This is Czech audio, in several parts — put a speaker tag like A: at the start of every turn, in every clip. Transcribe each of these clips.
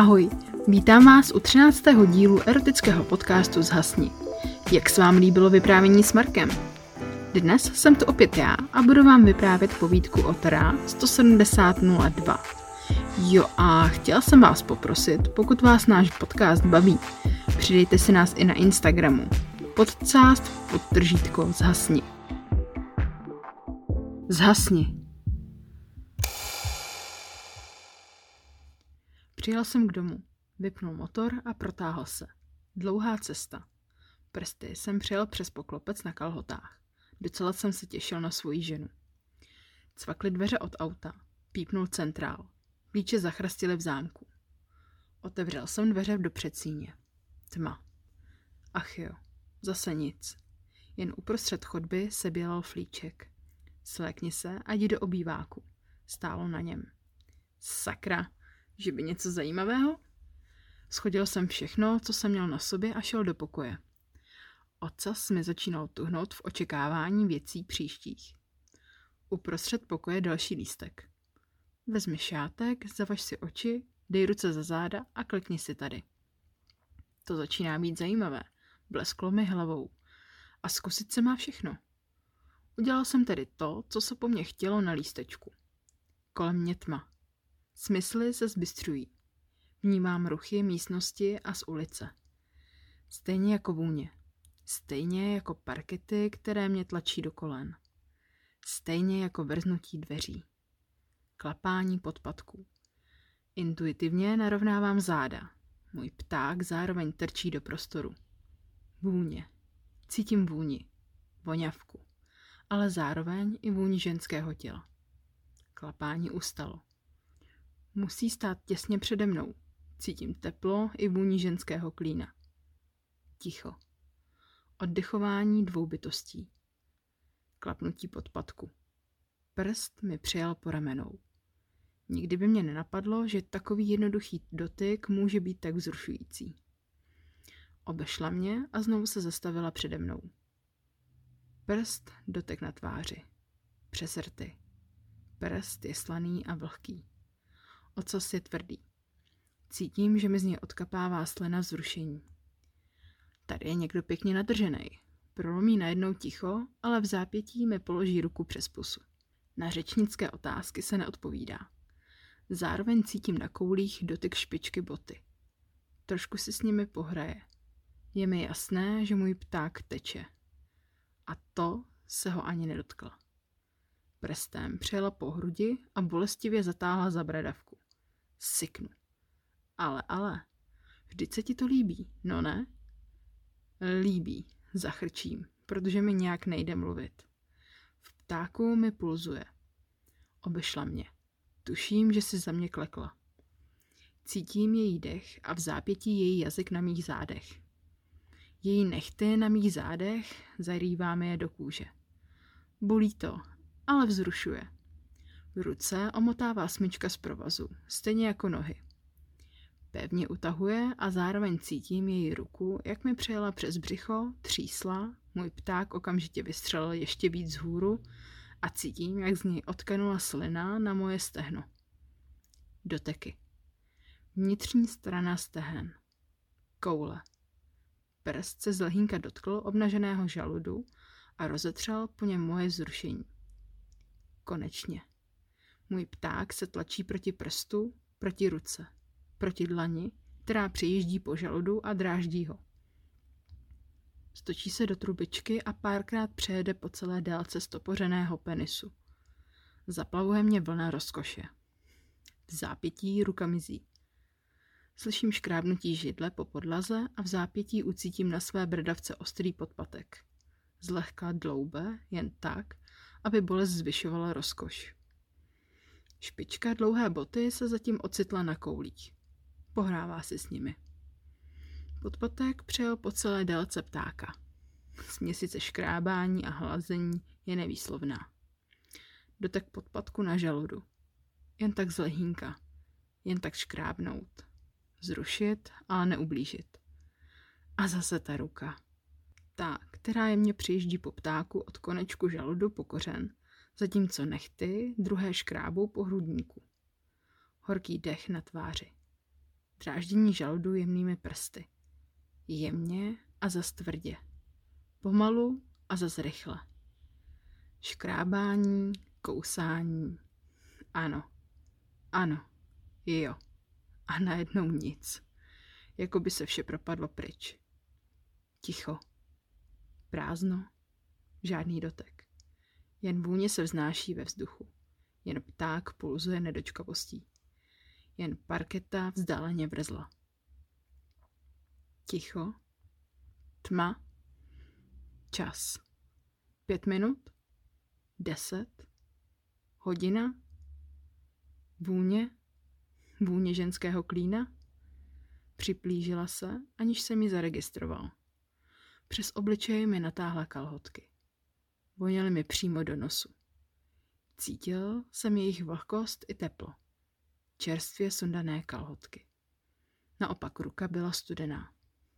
A: Ahoj, vítám vás u 13. dílu erotického podcastu Zhasni. Jak se vám líbilo vyprávění s Markem? Dnes jsem tu opět já a budu vám vyprávět povídku o Tara 17002. Jo a chtěla jsem vás poprosit, pokud vás náš podcast baví, přidejte si nás i na Instagramu. _, Zhasni. Zhasni. Přijel jsem k domu, vypnul motor a protáhl se. Dlouhá cesta. Prsty jsem přijel přes poklopec na kalhotách. Docela jsem se těšil na svoji ženu. Cvakly dveře od auta. Pípnul centrál. Klíče zachrastily v zámku. Otevřel jsem dveře do předsíně. Tma. Ach jo, zase nic. Jen uprostřed chodby se bělal flíček. Slékni se a jdi do obýváku. Stálo na něm. Sakra, že by něco zajímavého? Schodil jsem všechno, co jsem měl na sobě a šel do pokoje. Ocas mi začínal tuhnout v očekávání věcí příštích. Uprostřed pokoje další lístek. Vezmi šátek, zavaž si oči, dej ruce za záda a klikni si tady. To začíná být zajímavé. Blesklo mi hlavou. A zkusit se má všechno. Udělal jsem tedy to, co se po mně chtělo na lístečku. Kolem mě tma. Smysly se zbystřují. Vnímám ruchy místnosti a z ulice. Stejně jako vůně. Stejně jako parkety, které mě tlačí do kolen. Stejně jako vrznutí dveří. Klapání podpatků. Intuitivně narovnávám záda. Můj pták zároveň trčí do prostoru. Vůně. Cítím vůni. Voňavku. Ale zároveň i vůni ženského těla. Klapání ustalo. Musí stát těsně přede mnou. Cítím teplo i vůni ženského klína. Ticho. Oddechování dvou bytostí. Klapnutí podpatku. Prst mi přijal po ramenou. Nikdy by mě nenapadlo, že takový jednoduchý dotyk může být tak vzrušující. Obešla mě a znovu se zastavila přede mnou. Prst dotek na tváři. Přes rty. Prst je slaný a vlhký. Ocas je tvrdý. Cítím, že mi z něj odkapává slina vzrušení. Tady je někdo pěkně nadrženej. Prolomí najednou ticho, ale v zápětí mi položí ruku přes pusu. Na řečnické otázky se neodpovídá. Zároveň cítím na koulích dotyk špičky boty. Trošku si s nimi pohraje. Je mi jasné, že můj pták teče. A to se ho ani nedotkla. Prstem přijela po hrudi a bolestivě zatáhla za bradavku. Syknu. Ale, vždyť se ti to líbí, no ne? Líbí, zachrčím, protože mi nějak nejde mluvit. V ptáku mi pulzuje. Obešla mě. Tuším, že si za mě klekla. Cítím její dech a v zápětí její jazyk na mých zádech. Její nehty na mých zádech zarýváme je do kůže. Bolí to, ale vzrušuje. V ruce omotává smyčka z provazu, stejně jako nohy. Pevně utahuje a zároveň cítím její ruku, jak mi přejela přes břicho, třísla, můj pták okamžitě vystřelil ještě víc vzhůru a cítím, jak z něj odkanula slina na moje stehno. Doteky. Vnitřní strana stehen. Koule. Prst se z lehínka dotkl obnaženého žaludu a rozetřel po něm moje vzrušení. Konečně. Můj pták se tlačí proti prstu, proti ruce, proti dlani, která přijíždí po žaludu a dráždí ho. Stočí se do trubičky a párkrát přejede po celé délce stopořeného penisu. Zaplavuje mě vlna rozkoše. V zápětí ruka mizí. Slyším škrábnutí židle po podlaze a v zápětí ucítím na své bradavce ostrý podpatek. Zlehka dloube, jen tak, aby bolest zvyšovala rozkoš. Špička dlouhé boty se zatím ocitla na koulích. Pohrává si s nimi. Podpatek přejel po celé délce ptáka. Směsice škrábání a hlazení je nevýslovná. Dotek podpatku na žaludu. Jen tak z lehínka. Jen tak škrábnout. Zrušit, ale neublížit. A zase ta ruka. Ta, která jemně přijíždí po ptáku od konečku žaludu po kořen, zatímco nehty druhé škrábou po hrudníku. Horký dech na tváři. Dráždění žaludu jemnými prsty. Jemně a zas tvrdě. Pomalu a zas rychle. Škrábání, kousání. Ano, jo. A najednou nic. Jako by se vše propadlo pryč. Ticho. Prázdno. Žádný dotek. Jen vůně se vznáší ve vzduchu. Jen pták pulzuje nedočkavostí. Jen parketa vzdáleně vrzla. Ticho. Tma. Čas. 5 minut? 10? Hodina? Vůně ženského klína? Připlížila se, aniž jsem ji zaregistroval. Přes obličej mi natáhla kalhotky. Voněly mi přímo do nosu. Cítil jsem jejich vlhkost i teplo. Čerstvě sundané kalhotky. Naopak ruka byla studená.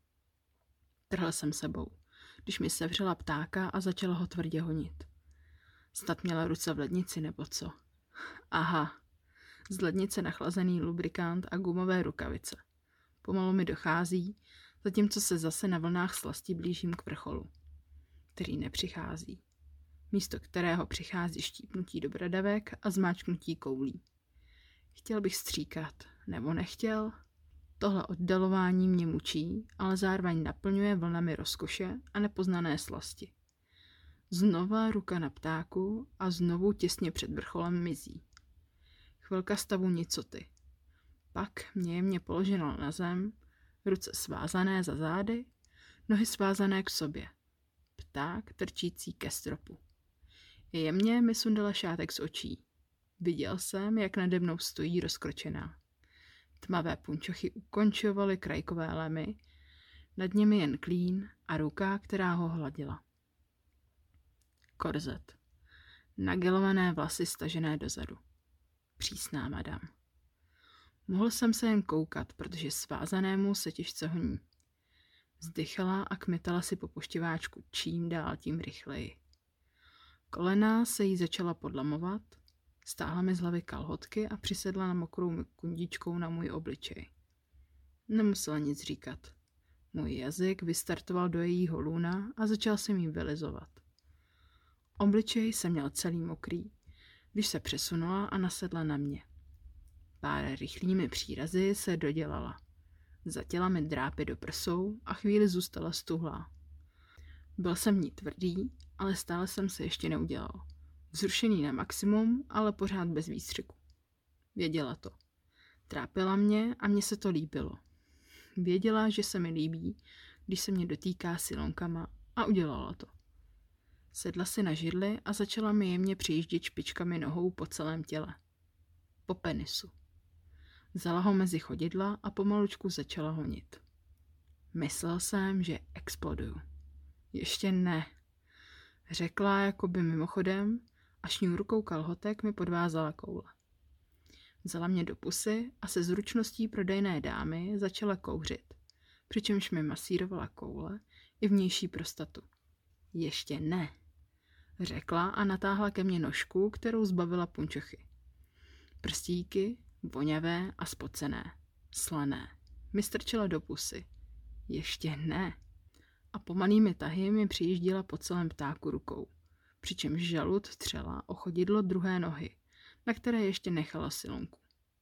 A: Trhl jsem sebou, když mi sevřela ptáka a začala ho tvrdě honit. Snad měla ruce v lednici nebo co? Aha, z lednice nachlazený lubrikant a gumové rukavice. Pomalu mi dochází, zatímco se zase na vlnách slasti blížím k vrcholu, který nepřichází. Místo kterého přichází štípnutí do bradavek a zmáčknutí koulí. Chtěl bych stříkat, nebo nechtěl? Tohle oddalování mě mučí, ale zároveň naplňuje vlnami rozkoše a nepoznané slasti. Znova ruka na ptáku a znovu těsně před vrcholem mizí. Chvilka stavu nicoty. Pak mě jemně položila na zem, ruce svázané za zády, nohy svázané k sobě. Pták trčící ke stropu. Jemně mi sundala šátek z očí. Viděl jsem, jak nade mnou stojí rozkročená. Tmavé punčochy ukončovaly krajkové lemy, nad nimi jen klín a ruka, která ho hladila. Korzet. Nagelované vlasy stažené dozadu. Přísná madam. Mohl jsem se jen koukat, protože svázanému se těžce honí. Vzdychala a kmitala si po poštěváčku čím dál tím rychleji. Kolena se jí začala podlamovat, stáhla mi z hlavy kalhotky a přisedla na mokrou kundičkou na můj obličej. Nemusela nic říkat. Můj jazyk vystartoval do jejího lůna a začal se mi vylizovat. Obličej jsem měl celý mokrý, když se přesunula a nasedla na mě. Pár rychlými přírazy se dodělala. Zatěla mi drápy do prsou a chvíli zůstala stuhlá. Byl jsem v ní tvrdý, ale stále jsem se ještě neudělal. Vzrušený na maximum, ale pořád bez výstřiku. Věděla to. Trápila mě a mně se to líbilo. Věděla, že se mi líbí, když se mě dotýká silonkama a udělala to. Sedla si na židli a začala mi jemně přijíždět špičkami nohou po celém těle. Po penisu. Vzala ho mezi chodidla a pomalučku začala honit. Myslel jsem, že exploduju. Ještě ne, řekla jakoby mimochodem a šňůrkou kalhotek mi podvázala koule. Vzala mě do pusy a se zručností prodejné dámy začala kouřit, přičemž mi masírovala koule i vnější prostatu. Ještě ne, řekla a natáhla ke mně nožku, kterou zbavila punčochy. Prstíky, voňavé a spocené, slané, mi strčila do pusy. Ještě ne. A pomalými tahy mi přijížděla po celém ptáku rukou, přičemž žalud třela o chodidlo druhé nohy, na které ještě nechala silonku.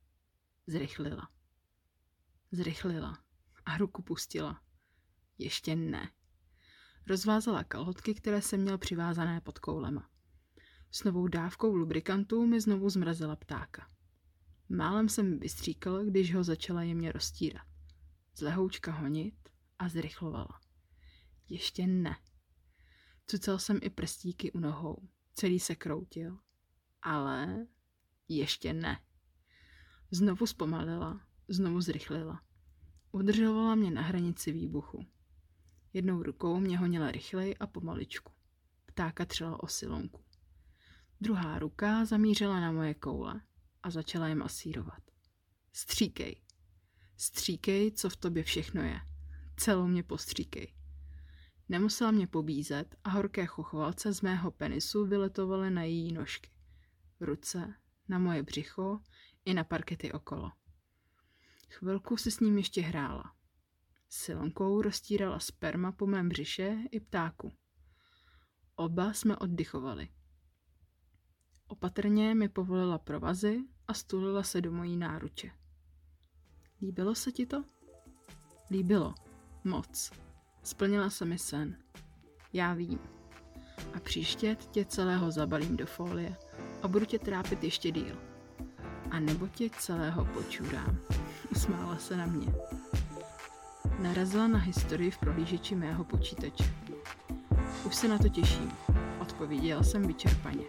A: Zrychlila a ruku pustila. Ještě ne. Rozvázala kalhotky, které jsem měl přivázané pod koulema. S novou dávkou lubrikantu mi znovu zmrazila ptáka. Málem jsem vystříkal, když ho začala jemně roztírat. Z lehoučka honit a zrychlovala. Ještě ne. Cucal jsem i prstíky u nohou. Celý se kroutil. Ale ještě ne. Znovu zpomalila, znovu zrychlila. Udržovala mě na hranici výbuchu. Jednou rukou mě honila rychleji a pomaličku. Ptáka třela o silonku. Druhá ruka zamířila na moje koule a začala je masírovat. Stříkej. Stříkej, co v tobě všechno je. Celou mě postříkej. Nemusela mě pobízet a horké chochvalce z mého penisu vyletovaly na její nožky, ruce, na moje břicho i na parkety okolo. Chvilku si s ním ještě hrála. Silonkou roztírala sperma po mém břiše i ptáku. Oba jsme oddychovali. Opatrně mi povolila provazy a stulila se do mojí náruče. Líbilo se ti to? Líbilo. Moc. Splnila se mi sen. Já vím. A příště tě celého zabalím do folie a budu tě trápit ještě díl. A nebo tě celého počůrám. Usmála se na mě. Narazila na historii v prohlížeči mého počítače. Už se na to těším. Odpověděla jsem vyčerpaně.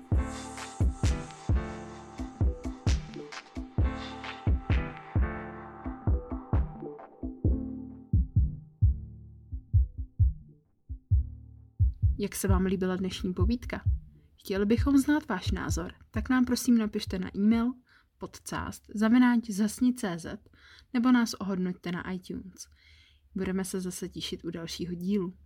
A: Jak se vám líbila dnešní povídka? Chtěli bychom znát váš názor, tak nám prosím napište na e-mail podcast@zasni.cz nebo nás ohodnoťte na iTunes. Budeme se zase těšit u dalšího dílu.